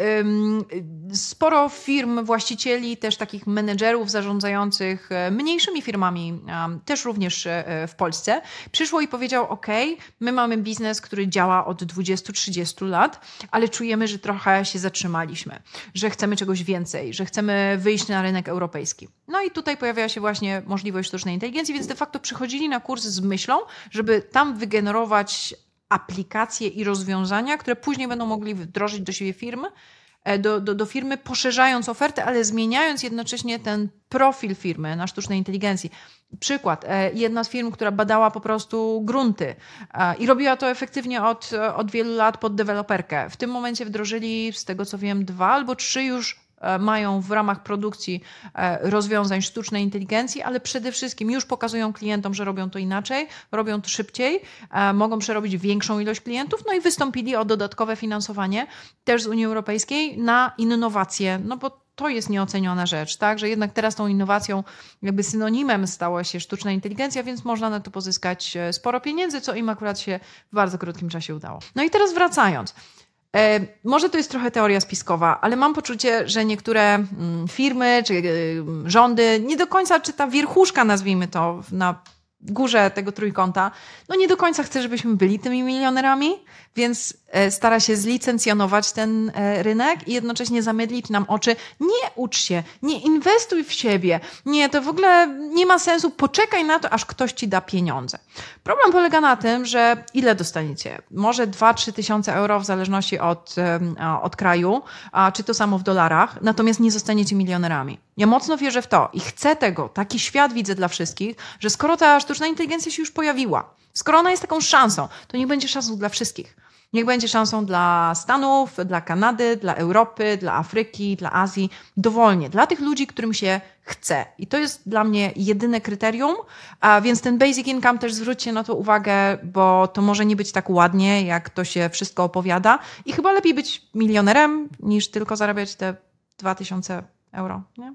Sporo firm, właścicieli, też takich menedżerów zarządzających mniejszymi firmami, też również w Polsce, przyszło i powiedział: OK, my mamy biznes, który działa od 20-30 lat, ale czujemy, że trochę się zatrzymaliśmy, że chcemy czegoś więcej, że chcemy wyjść na rynek europejski. No i tutaj pojawiała się właśnie możliwość sztucznej inteligencji, więc de facto przychodzili na kurs z myślą, żeby tam wygenerować aplikacje i rozwiązania, które później będą mogli wdrożyć do siebie firmy, do firmy, poszerzając ofertę, ale zmieniając jednocześnie ten profil firmy na sztucznej inteligencji. Przykład, jedna z firm, która badała po prostu grunty i robiła to efektywnie od wielu lat pod deweloperkę. W tym momencie wdrożyli, z tego co wiem, 2 albo 3 już mają w ramach produkcji rozwiązań sztucznej inteligencji, ale przede wszystkim już pokazują klientom, że robią to inaczej, robią to szybciej, mogą przerobić większą ilość klientów, no i wystąpili o dodatkowe finansowanie też z Unii Europejskiej na innowacje, no bo to jest nieoceniona rzecz, tak, że jednak teraz tą innowacją jakby synonimem stała się sztuczna inteligencja, więc można na to pozyskać sporo pieniędzy, co im akurat się w bardzo krótkim czasie udało. No i teraz wracając. Może to jest trochę teoria spiskowa, ale mam poczucie, że niektóre firmy czy rządy, nie do końca, czy ta wierchuszka, nazwijmy to, na górze tego trójkąta, no nie do końca chce, żebyśmy byli tymi milionerami, więc stara się zlicencjonować ten rynek i jednocześnie zamydlić nam oczy. Nie ucz się, nie inwestuj w siebie, nie, to w ogóle nie ma sensu, poczekaj na to, aż ktoś ci da pieniądze. Problem polega na tym, że ile dostaniecie? Może 2-3 tysiące euro w zależności od kraju, czy to samo w dolarach, natomiast nie zostaniecie milionerami. Ja mocno wierzę w to i chcę tego, taki świat widzę dla wszystkich, że skoro ta sztuczna inteligencja się już pojawiła, skoro ona jest taką szansą, to niech będzie szansą dla wszystkich. Niech będzie szansą dla Stanów, dla Kanady, dla Europy, dla Afryki, dla Azji, dowolnie. Dla tych ludzi, którym się chce. I to jest dla mnie jedyne kryterium, a więc ten basic income też zwróćcie na to uwagę, bo to może nie być tak ładnie, jak to się wszystko opowiada. I chyba lepiej być milionerem, niż tylko zarabiać te 2000 euro, nie?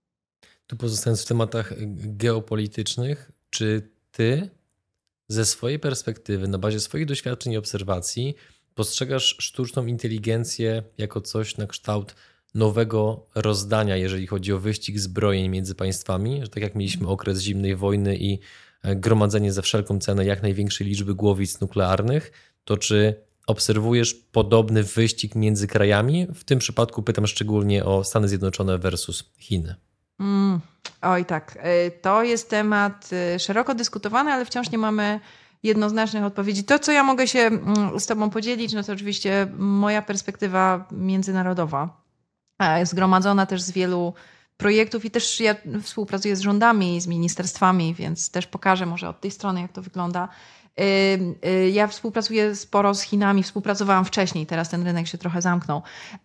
Tu pozostając w tematach geopolitycznych, czy ty ze swojej perspektywy, na bazie swoich doświadczeń i obserwacji, postrzegasz sztuczną inteligencję jako coś na kształt nowego rozdania, jeżeli chodzi o wyścig zbrojeń między państwami, że tak jak mieliśmy okres zimnej wojny i gromadzenie za wszelką cenę jak największej liczby głowic nuklearnych, to czy obserwujesz podobny wyścig między krajami? W tym przypadku pytam szczególnie o Stany Zjednoczone versus Chiny. Oj tak, to jest temat szeroko dyskutowany, ale wciąż nie mamy jednoznacznych odpowiedzi. To, co ja mogę się z tobą podzielić, no to oczywiście moja perspektywa międzynarodowa, zgromadzona też z wielu projektów i też ja współpracuję z rządami, z ministerstwami, więc też pokażę może od tej strony, jak to wygląda. Ja współpracuję sporo z Chinami, współpracowałam wcześniej, teraz ten rynek się trochę zamknął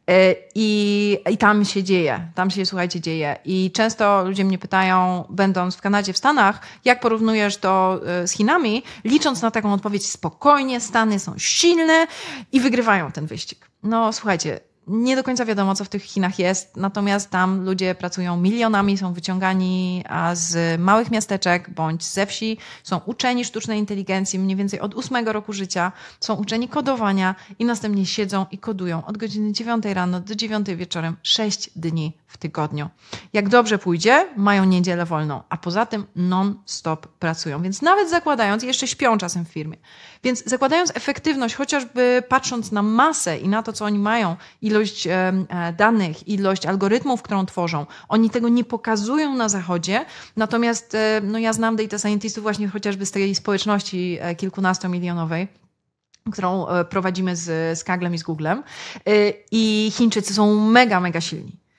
i tam się dzieje, słuchajcie, dzieje i często ludzie mnie pytają, będąc w Kanadzie, w Stanach, jak porównujesz to z Chinami, licząc na taką odpowiedź spokojnie, Stany są silne i wygrywają ten wyścig. No słuchajcie, nie do końca wiadomo, co w tych Chinach jest, natomiast tam ludzie pracują milionami, są wyciągani z małych miasteczek bądź ze wsi, są uczeni sztucznej inteligencji mniej więcej od 8 roku życia, są uczeni kodowania i następnie siedzą i kodują od godziny 9 rano do 9 wieczorem 6 dni w tygodniu. Jak dobrze pójdzie, mają niedzielę wolną, a poza tym non-stop pracują, więc nawet zakładając, jeszcze śpią czasem w firmie, więc zakładając efektywność, chociażby patrząc na masę i na to, co oni mają, ilość danych, ilość algorytmów, którą tworzą. Oni tego nie pokazują na zachodzie, natomiast no ja znam data scientistów właśnie chociażby z tej społeczności kilkunastomilionowej, którą prowadzimy z Kaglem i z Googlem i Chińczycy są mega, mega silni.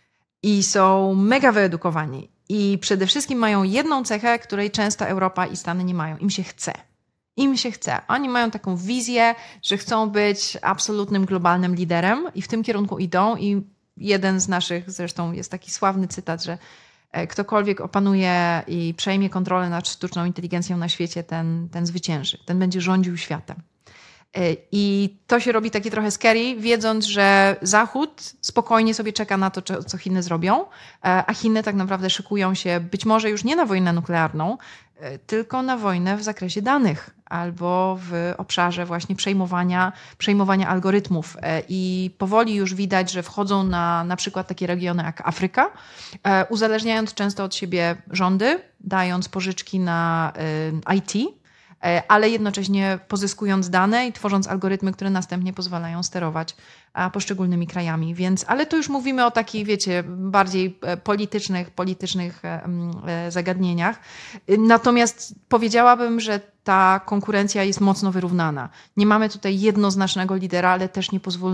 i są mega wyedukowani. I przede wszystkim mają jedną cechę, której często Europa i Stany nie mają. Im się chce. Im się chce. Oni mają taką wizję, że chcą być absolutnym globalnym liderem i w tym kierunku idą. I jeden z naszych, zresztą jest taki sławny cytat, że ktokolwiek opanuje i przejmie kontrolę nad sztuczną inteligencją na świecie, ten zwycięży. Ten będzie rządził światem. I to się robi takie trochę scary, wiedząc, że Zachód spokojnie sobie czeka na to, co Chiny zrobią, a Chiny tak naprawdę szykują się być może już nie na wojnę nuklearną, tylko na wojnę w zakresie danych albo w obszarze właśnie przejmowania algorytmów. I powoli już widać, że wchodzą na przykład takie regiony jak Afryka, uzależniając często od siebie rządy, dając pożyczki na IT, ale jednocześnie pozyskując dane i tworząc algorytmy, które następnie pozwalają sterować poszczególnymi krajami. Ale to już mówimy o takich, wiecie, bardziej politycznych zagadnieniach. Natomiast powiedziałabym, że ta konkurencja jest mocno wyrównana. Nie mamy tutaj jednoznacznego lidera, ale też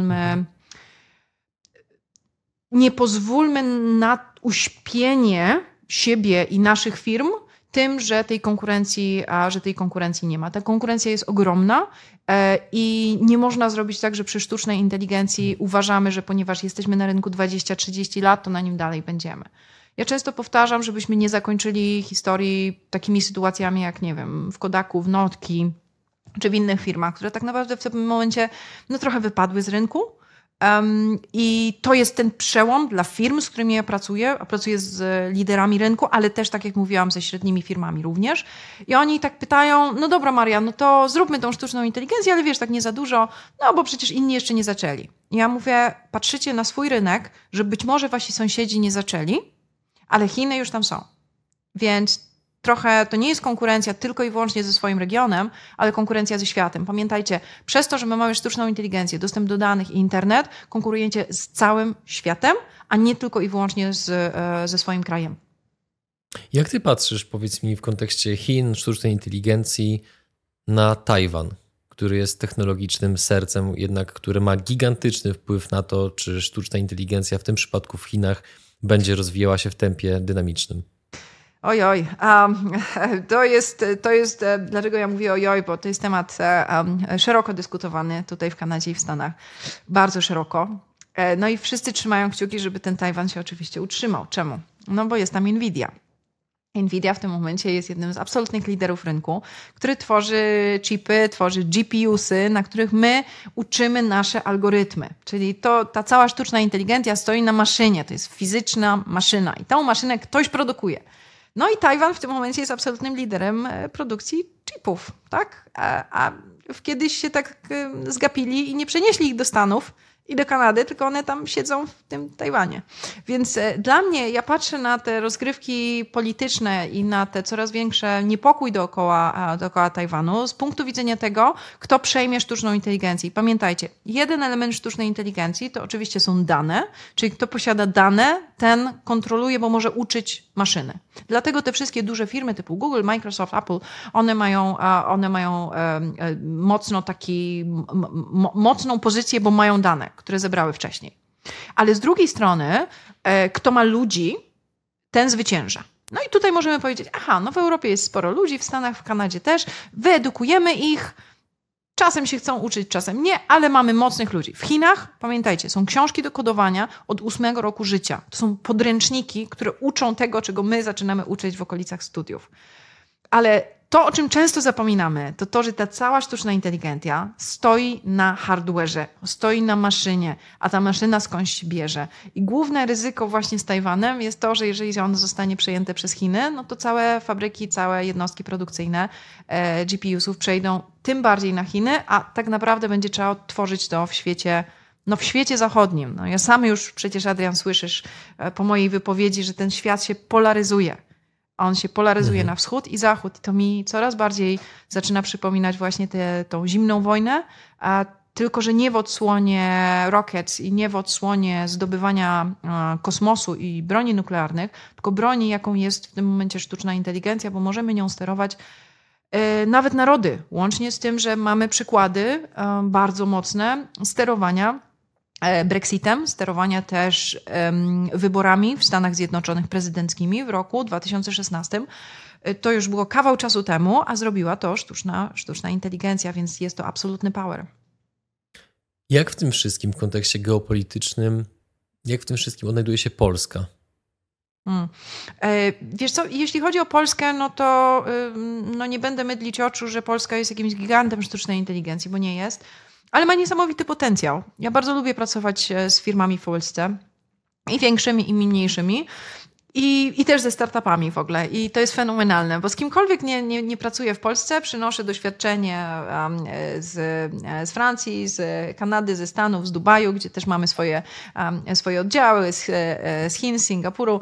nie pozwólmy na uśpienie siebie i naszych firm tym, że tej konkurencji nie ma. Ta konkurencja jest ogromna i nie można zrobić tak, że przy sztucznej inteligencji uważamy, że ponieważ jesteśmy na rynku 20-30 lat, to na nim dalej będziemy. Ja często powtarzam, żebyśmy nie zakończyli historii takimi sytuacjami jak, nie wiem, w Kodaku, w Notki czy w innych firmach, które tak naprawdę w tym momencie trochę wypadły z rynku. I to jest ten przełom dla firm, z którymi ja pracuję. Pracuję z liderami rynku, ale też, tak jak mówiłam, ze średnimi firmami również. I oni tak pytają, no dobra Maria, no to zróbmy tą sztuczną inteligencję, ale wiesz, tak nie za dużo, no bo przecież inni jeszcze nie zaczęli. I ja mówię, patrzycie na swój rynek, że być może wasi sąsiedzi nie zaczęli, ale Chiny już tam są. Więc trochę to nie jest konkurencja tylko i wyłącznie ze swoim regionem, ale konkurencja ze światem. Pamiętajcie, przez to, że my mamy sztuczną inteligencję, dostęp do danych i internet, konkurujecie z całym światem, a nie tylko i wyłącznie ze swoim krajem. Jak ty patrzysz, powiedz mi, w kontekście Chin, sztucznej inteligencji na Tajwan, który jest technologicznym sercem, jednak który ma gigantyczny wpływ na to, czy sztuczna inteligencja w tym przypadku w Chinach będzie rozwijała się w tempie dynamicznym? Ojoj, to jest, dlaczego ja mówię ojoj, bo to jest temat szeroko dyskutowany tutaj w Kanadzie i w Stanach, bardzo szeroko. No i wszyscy trzymają kciuki, żeby ten Tajwan się oczywiście utrzymał. Czemu? No bo jest tam Nvidia. Nvidia w tym momencie jest jednym z absolutnych liderów rynku, który tworzy chipy, tworzy GPU-sy, na których my uczymy nasze algorytmy. Czyli ta cała sztuczna inteligencja stoi na maszynie, to jest fizyczna maszyna i tą maszynę ktoś produkuje. No i Tajwan w tym momencie jest absolutnym liderem produkcji chipów, tak? A kiedyś się tak zgapili i nie przenieśli ich do Stanów i do Kanady, tylko one tam siedzą w tym Tajwanie. Więc dla mnie, ja patrzę na te rozgrywki polityczne i na te coraz większy niepokój dookoła Tajwanu z punktu widzenia tego, kto przejmie sztuczną inteligencję. I pamiętajcie, jeden element sztucznej inteligencji to oczywiście są dane, czyli kto posiada dane, ten kontroluje, bo może uczyć maszyny. Dlatego te wszystkie duże firmy typu Google, Microsoft, Apple, one mają mocną pozycję, bo mają dane, które zebrały wcześniej. Ale z drugiej strony, kto ma ludzi, ten zwycięża. No i tutaj możemy powiedzieć, no w Europie jest sporo ludzi, w Stanach, w Kanadzie też, wyedukujemy ich, czasem się chcą uczyć, czasem nie, ale mamy mocnych ludzi. W Chinach, pamiętajcie, są książki do kodowania od 8 roku życia. To są podręczniki, które uczą tego, czego my zaczynamy uczyć w okolicach studiów. Ale to, o czym często zapominamy, to, że ta cała sztuczna inteligencja stoi na hardware'ze, stoi na maszynie, a ta maszyna skądś się bierze. I główne ryzyko właśnie z Tajwanem jest to, że jeżeli ono zostanie przejęte przez Chiny, no to całe fabryki, całe jednostki produkcyjne GPU-sów przejdą tym bardziej na Chiny, a tak naprawdę będzie trzeba odtworzyć to w świecie zachodnim. No ja sam już przecież, Adrian, słyszysz po mojej wypowiedzi, że ten świat się polaryzuje. On się polaryzuje na wschód i zachód. I to mi coraz bardziej zaczyna przypominać właśnie tą zimną wojnę, tylko że nie w odsłonie rockets i nie w odsłonie zdobywania kosmosu i broni nuklearnych, tylko broni, jaką jest w tym momencie sztuczna inteligencja, bo możemy nią sterować nawet narody. Łącznie z tym, że mamy przykłady bardzo mocne sterowania Brexitem, sterowania też wyborami w Stanach Zjednoczonych prezydenckimi w roku 2016. To już było kawał czasu temu, a zrobiła to sztuczna inteligencja, więc jest to absolutny power. Jak w tym wszystkim w kontekście geopolitycznym, jak w tym wszystkim odnajduje się Polska? Wiesz co, jeśli chodzi o Polskę, no to nie będę mydlić oczu, że Polska jest jakimś gigantem sztucznej inteligencji, bo nie jest, ale ma niesamowity potencjał. Ja bardzo lubię pracować z firmami w Polsce, i większymi, i mniejszymi. I też ze startupami w ogóle. I to jest fenomenalne, bo z kimkolwiek nie pracuję w Polsce, przynoszę doświadczenie z Francji, z Kanady, ze Stanów, z Dubaju, gdzie też mamy swoje oddziały, z Chin, z Singapuru.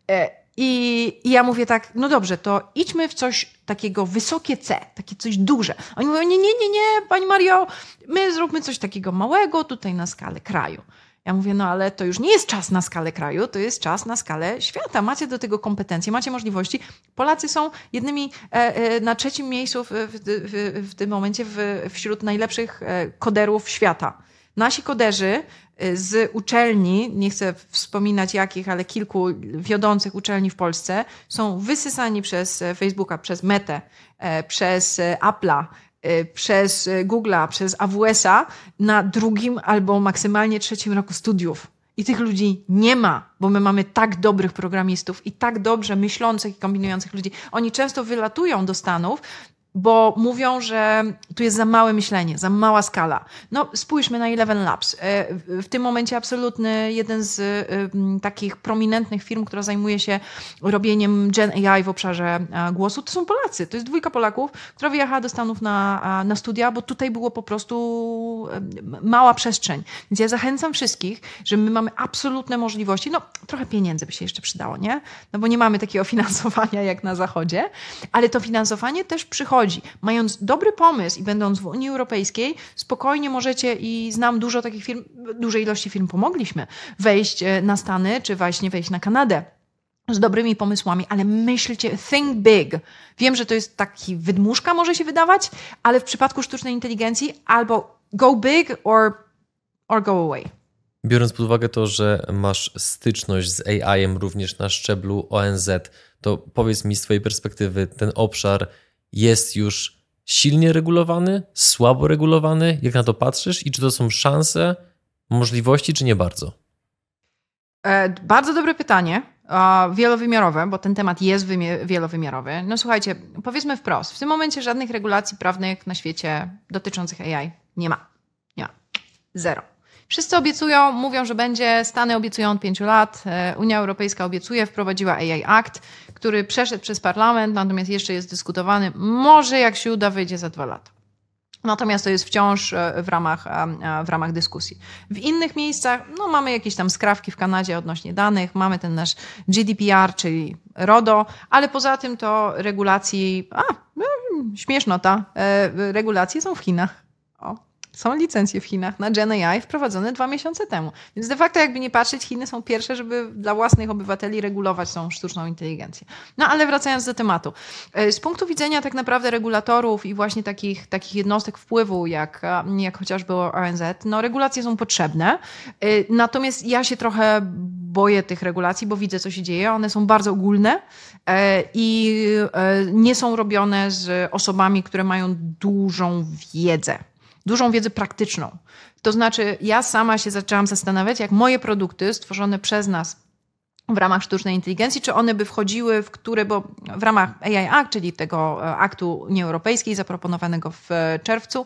I ja mówię tak, no dobrze, to idźmy w coś takiego wysokie C, takie coś duże. Oni mówią, nie, Pani Mario, my zróbmy coś takiego małego tutaj na skalę kraju. Ja mówię, no ale to już nie jest czas na skalę kraju, to jest czas na skalę świata. Macie do tego kompetencje, macie możliwości. Polacy są jednymi na 3. miejscu w tym momencie wśród najlepszych koderów świata. Nasi koderzy z uczelni, nie chcę wspominać jakich, ale kilku wiodących uczelni w Polsce, są wysysani przez Facebooka, przez Metę, przez Apple'a, przez Google'a, przez AWS-a na 2. albo maksymalnie 3. roku studiów. I tych ludzi nie ma, bo my mamy tak dobrych programistów i tak dobrze myślących i kombinujących ludzi. Oni często wylatują do Stanów, bo mówią, że tu jest za małe myślenie, za mała skala. No spójrzmy na Eleven Labs. W tym momencie absolutny jeden z takich prominentnych firm, która zajmuje się robieniem Gen AI w obszarze głosu, to są Polacy. To jest 2 Polaków, która wyjechała do Stanów na studia, bo tutaj było po prostu mała przestrzeń. Więc ja zachęcam wszystkich, że my mamy absolutne możliwości. No trochę pieniędzy by się jeszcze przydało, nie? No bo nie mamy takiego finansowania jak na Zachodzie, ale to finansowanie też przychodzi. Mając dobry pomysł i będąc w Unii Europejskiej, spokojnie możecie, i znam dużo takich firm, dużej ilości firm pomogliśmy, wejść na Stany, czy właśnie wejść na Kanadę z dobrymi pomysłami, ale myślcie, think big. Wiem, że to jest taki wydmuszka może się wydawać, ale w przypadku sztucznej inteligencji albo go big or go away. Biorąc pod uwagę to, że masz styczność z AI-em również na szczeblu ONZ, to powiedz mi z twojej perspektywy, ten obszar jest już silnie regulowany, słabo regulowany? Jak na to patrzysz i czy to są szanse, możliwości, czy nie bardzo? Bardzo dobre pytanie. Wielowymiarowe, bo ten temat jest wielowymiarowy. No słuchajcie, powiedzmy wprost, w tym momencie żadnych regulacji prawnych na świecie dotyczących AI nie ma. Zero. Wszyscy obiecują, mówią, że będzie, Stany obiecują od 5 lat, Unia Europejska obiecuje, wprowadziła AI Act, który przeszedł przez parlament, natomiast jeszcze jest dyskutowany. Może jak się uda, wyjdzie za 2 lata. Natomiast to jest wciąż w ramach dyskusji. W innych miejscach mamy jakieś tam skrawki w Kanadzie odnośnie danych, mamy ten nasz GDPR, czyli RODO, ale poza tym to regulacji, śmiesznota, regulacje są w Chinach. Są licencje w Chinach na Gen AI wprowadzone 2 miesiące temu. Więc de facto jakby nie patrzeć, Chiny są pierwsze, żeby dla własnych obywateli regulować tą sztuczną inteligencję. No ale wracając do tematu. Z punktu widzenia tak naprawdę regulatorów i właśnie takich jednostek wpływu, jak chociażby ONZ, regulacje są potrzebne. Natomiast ja się trochę boję tych regulacji, bo widzę, co się dzieje. One są bardzo ogólne i nie są robione z osobami, które mają dużą wiedzę praktyczną. To znaczy, ja sama się zaczęłam zastanawiać, jak moje produkty stworzone przez nas w ramach sztucznej inteligencji, czy one by wchodziły bo w ramach AI Act, czyli tego aktu Unii Europejskiej zaproponowanego w czerwcu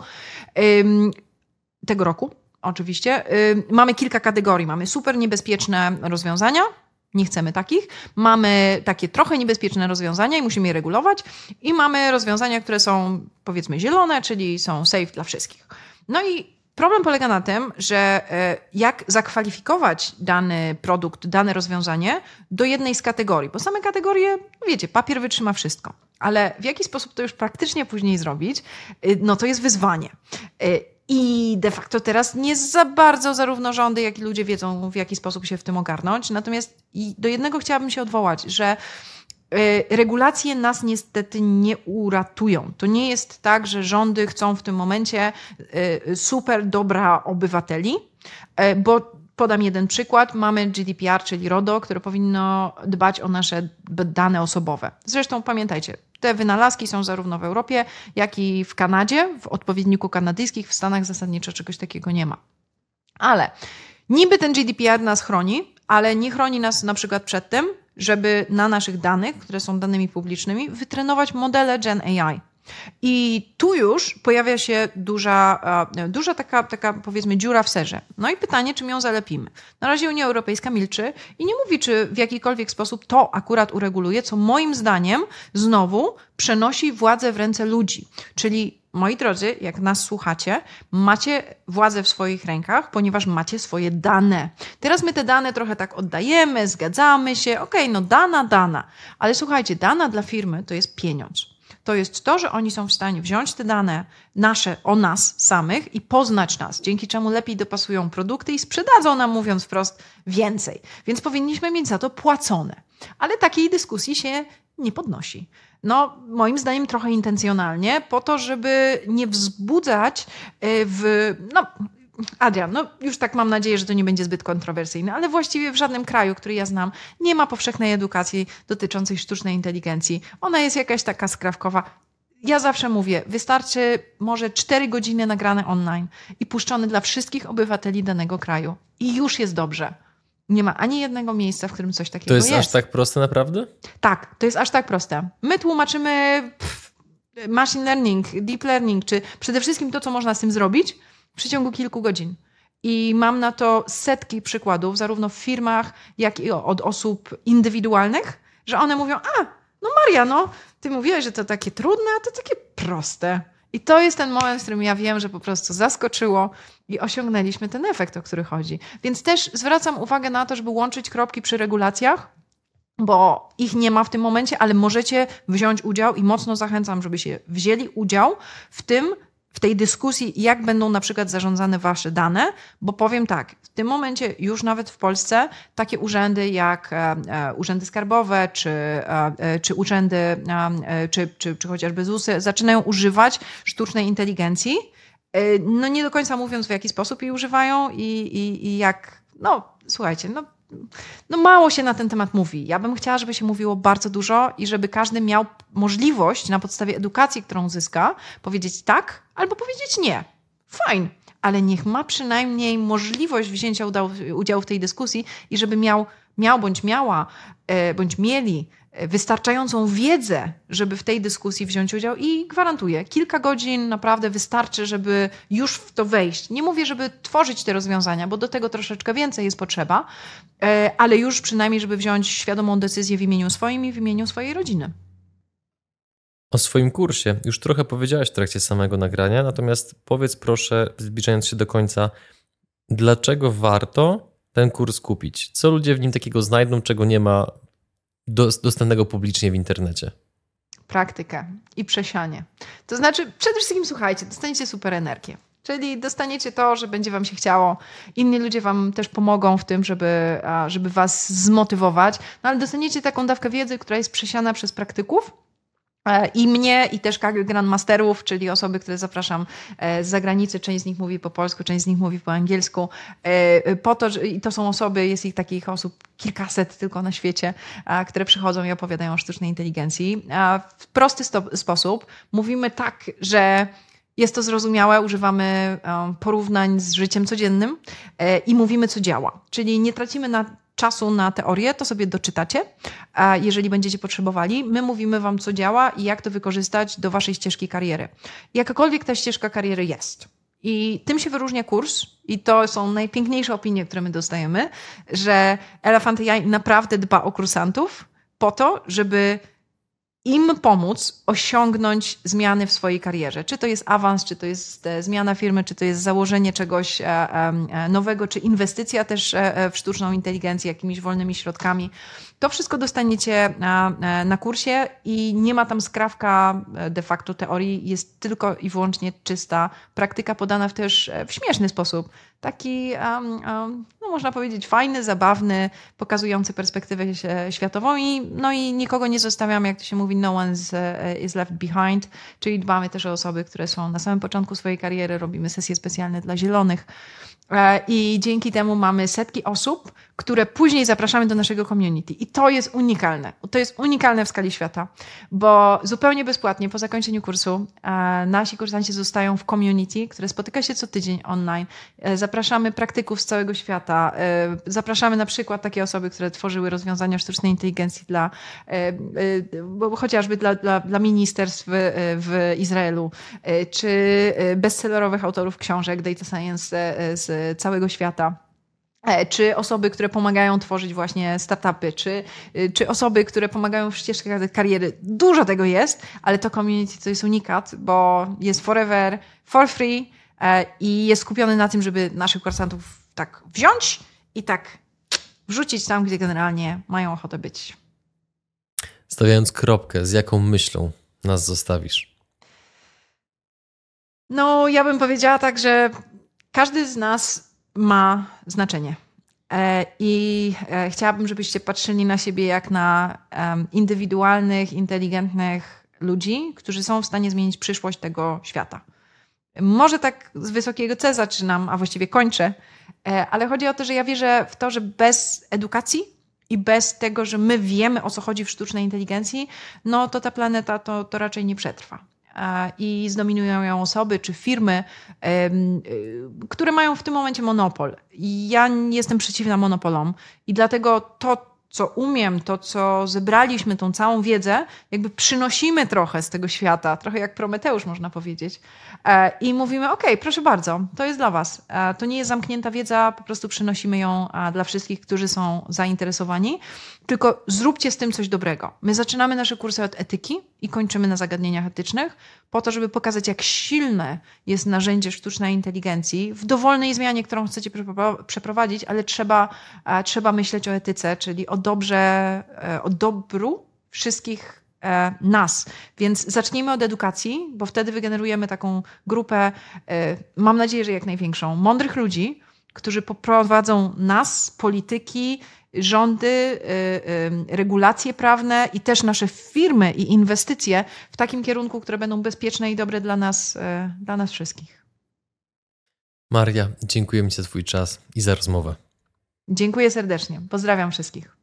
tego roku, oczywiście, mamy kilka kategorii. Mamy super niebezpieczne rozwiązania, nie chcemy takich. Mamy takie trochę niebezpieczne rozwiązania i musimy je regulować. I mamy rozwiązania, które są powiedzmy zielone, czyli są safe dla wszystkich. No i problem polega na tym, że jak zakwalifikować dany produkt, dane rozwiązanie do jednej z kategorii. Bo same kategorie, wiecie, papier wytrzyma wszystko. Ale w jaki sposób to już praktycznie później zrobić, to jest wyzwanie. I de facto teraz nie za bardzo zarówno rządy, jak i ludzie wiedzą, w jaki sposób się w tym ogarnąć. Natomiast do jednego chciałabym się odwołać, że regulacje nas niestety nie uratują. To nie jest tak, że rządy chcą w tym momencie super dobra obywateli Bo podam jeden przykład. Mamy GDPR, czyli RODO, które powinno dbać o nasze dane osobowe. Zresztą pamiętajcie, te wynalazki są zarówno w Europie, jak i w Kanadzie, w odpowiedniku kanadyjskich, w Stanach zasadniczo czegoś takiego nie ma. Ale niby ten GDPR nas chroni, ale nie chroni nas na przykład przed tym, żeby na naszych danych, które są danymi publicznymi, wytrenować modele Gen AI. I tu już pojawia się duża taka powiedzmy dziura w serze. No i pytanie, czym ją zalepimy. Na razie Unia Europejska milczy i nie mówi, czy w jakikolwiek sposób to akurat ureguluje, co moim zdaniem znowu przenosi władzę w ręce ludzi. Czyli moi drodzy, jak nas słuchacie, macie władzę w swoich rękach, ponieważ macie swoje dane. Teraz my te dane trochę tak oddajemy, zgadzamy się, no dana. Ale słuchajcie, dana dla firmy to jest pieniądz. To jest to, że oni są w stanie wziąć te dane nasze o nas samych i poznać nas, dzięki czemu lepiej dopasują produkty i sprzedadzą nam, mówiąc wprost, więcej. Więc powinniśmy mieć za to płacone. Ale takiej dyskusji się nie podnosi. Moim zdaniem trochę intencjonalnie, po to, żeby nie wzbudzać Adrian, już tak mam nadzieję, że to nie będzie zbyt kontrowersyjne, ale właściwie w żadnym kraju, który ja znam, nie ma powszechnej edukacji dotyczącej sztucznej inteligencji. Ona jest jakaś taka skrawkowa. Ja zawsze mówię, wystarczy może 4 godziny nagrane online i puszczone dla wszystkich obywateli danego kraju. I już jest dobrze. Nie ma ani jednego miejsca, w którym coś takiego jest. To jest aż tak proste naprawdę? Tak, to jest aż tak proste. My tłumaczymy machine learning, deep learning, czy przede wszystkim to, co można z tym zrobić w przeciągu kilku godzin. I mam na to setki przykładów, zarówno w firmach, jak i od osób indywidualnych, że one mówią, Maria, ty mówiłaś, że to takie trudne, a to takie proste. I to jest ten moment, w którym ja wiem, że po prostu zaskoczyło i osiągnęliśmy ten efekt, o który chodzi. Więc też zwracam uwagę na to, żeby łączyć kropki przy regulacjach, bo ich nie ma w tym momencie, ale możecie wziąć udział i mocno zachęcam, żebyście wzięli udział w tej dyskusji, jak będą na przykład zarządzane wasze dane, bo powiem tak, w tym momencie już nawet w Polsce takie urzędy jak urzędy skarbowe, czy urzędy, czy chociażby ZUS-y zaczynają używać sztucznej inteligencji, nie do końca mówiąc, w jaki sposób jej używają i jak, słuchajcie, mało się na ten temat mówi. Ja bym chciała, żeby się mówiło bardzo dużo i żeby każdy miał możliwość na podstawie edukacji, którą zyska, powiedzieć tak albo powiedzieć nie. Fajnie, ale niech ma przynajmniej możliwość wzięcia udziału w tej dyskusji i żeby miał bądź miała, bądź mieli wystarczającą wiedzę, żeby w tej dyskusji wziąć udział i gwarantuję, kilka godzin naprawdę wystarczy, żeby już w to wejść. Nie mówię, żeby tworzyć te rozwiązania, bo do tego troszeczkę więcej jest potrzeba, ale już przynajmniej, żeby wziąć świadomą decyzję w imieniu swoim i w imieniu swojej rodziny. O swoim kursie już trochę powiedziałaś w trakcie samego nagrania, natomiast powiedz proszę, zbliżając się do końca, dlaczego warto ten kurs kupić? Co ludzie w nim takiego znajdą, czego nie ma dostępnego publicznie w internecie? Praktykę i przesianie. To znaczy, przede wszystkim słuchajcie, dostaniecie super energię. Czyli dostaniecie to, że będzie wam się chciało. Inni ludzie wam też pomogą w tym, żeby was zmotywować. Ale dostaniecie taką dawkę wiedzy, która jest przesiana przez praktyków. I mnie, i też grandmasterów, czyli osoby, które zapraszam z zagranicy. Część z nich mówi po polsku, część z nich mówi po angielsku. Po to, i to są osoby, jest ich takich osób kilkaset tylko na świecie, które przychodzą i opowiadają o sztucznej inteligencji. W prosty sposób mówimy tak, że jest to zrozumiałe, używamy porównań z życiem codziennym i mówimy, co działa. Czyli nie tracimy czasu na teorię, to sobie doczytacie, jeżeli będziecie potrzebowali. My mówimy wam, co działa i jak to wykorzystać do waszej ścieżki kariery. Jakakolwiek ta ścieżka kariery jest. I tym się wyróżnia kurs i to są najpiękniejsze opinie, które my dostajemy, że Elefant AI naprawdę dba o kursantów po to, żeby im pomóc osiągnąć zmiany w swojej karierze. Czy to jest awans, czy to jest zmiana firmy, czy to jest założenie czegoś nowego, czy inwestycja też w sztuczną inteligencję jakimiś wolnymi środkami. To wszystko dostaniecie na kursie i nie ma tam skrawka de facto teorii, jest tylko i wyłącznie czysta praktyka podana też w śmieszny sposób. Taki, można powiedzieć, fajny, zabawny, pokazujący perspektywę światową i nikogo nie zostawiamy, jak to się mówi, no one is left behind, czyli dbamy też o osoby, które są na samym początku swojej kariery, robimy sesje specjalne dla zielonych, I dzięki temu mamy setki osób, które później zapraszamy do naszego community. I to jest unikalne. To jest unikalne w skali świata, bo zupełnie bezpłatnie po zakończeniu kursu nasi kursanci zostają w community, które spotyka się co tydzień online. Zapraszamy praktyków z całego świata. Zapraszamy na przykład takie osoby, które tworzyły rozwiązania sztucznej inteligencji chociażby dla ministerstw w Izraelu, czy bestsellerowych autorów książek Data Science z całego świata. Czy osoby, które pomagają tworzyć właśnie startupy, czy osoby, które pomagają w ścieżkach kariery. Dużo tego jest, ale to community to jest unikat, bo jest forever, for free i jest skupiony na tym, żeby naszych kursantów tak wziąć i tak wrzucić tam, gdzie generalnie mają ochotę być. Stawiając kropkę, z jaką myślą nas zostawisz? No, ja bym powiedziała tak, że każdy z nas ma znaczenie. I chciałabym, żebyście patrzyli na siebie jak na indywidualnych, inteligentnych ludzi, którzy są w stanie zmienić przyszłość tego świata. Może tak z wysokiego C zaczynam, a właściwie kończę, ale chodzi o to, że ja wierzę w to, że bez edukacji i bez tego, że my wiemy, o co chodzi w sztucznej inteligencji, no to ta planeta to raczej nie przetrwa. I zdominują ją osoby czy firmy, które mają w tym momencie monopol. I ja nie jestem przeciwna monopolom i dlatego to, co umiem, to, co zebraliśmy, tą całą wiedzę, jakby przynosimy trochę z tego świata, trochę jak Prometeusz można powiedzieć. I mówimy, okej, proszę bardzo, to jest dla was. To nie jest zamknięta wiedza, po prostu przynosimy ją dla wszystkich, którzy są zainteresowani. Tylko zróbcie z tym coś dobrego. My zaczynamy nasze kursy od etyki i kończymy na zagadnieniach etycznych, po to, żeby pokazać, jak silne jest narzędzie sztucznej inteligencji w dowolnej zmianie, którą chcecie przeprowadzić, ale trzeba myśleć o etyce, czyli o dobru wszystkich nas. Więc zacznijmy od edukacji, bo wtedy wygenerujemy taką grupę, mam nadzieję, że jak największą, mądrych ludzi, którzy poprowadzą nas, polityki, rządy, regulacje prawne i też nasze firmy i inwestycje w takim kierunku, które będą bezpieczne i dobre dla nas wszystkich. Maria, dziękuję Ci za Twój czas i za rozmowę. Dziękuję serdecznie. Pozdrawiam wszystkich.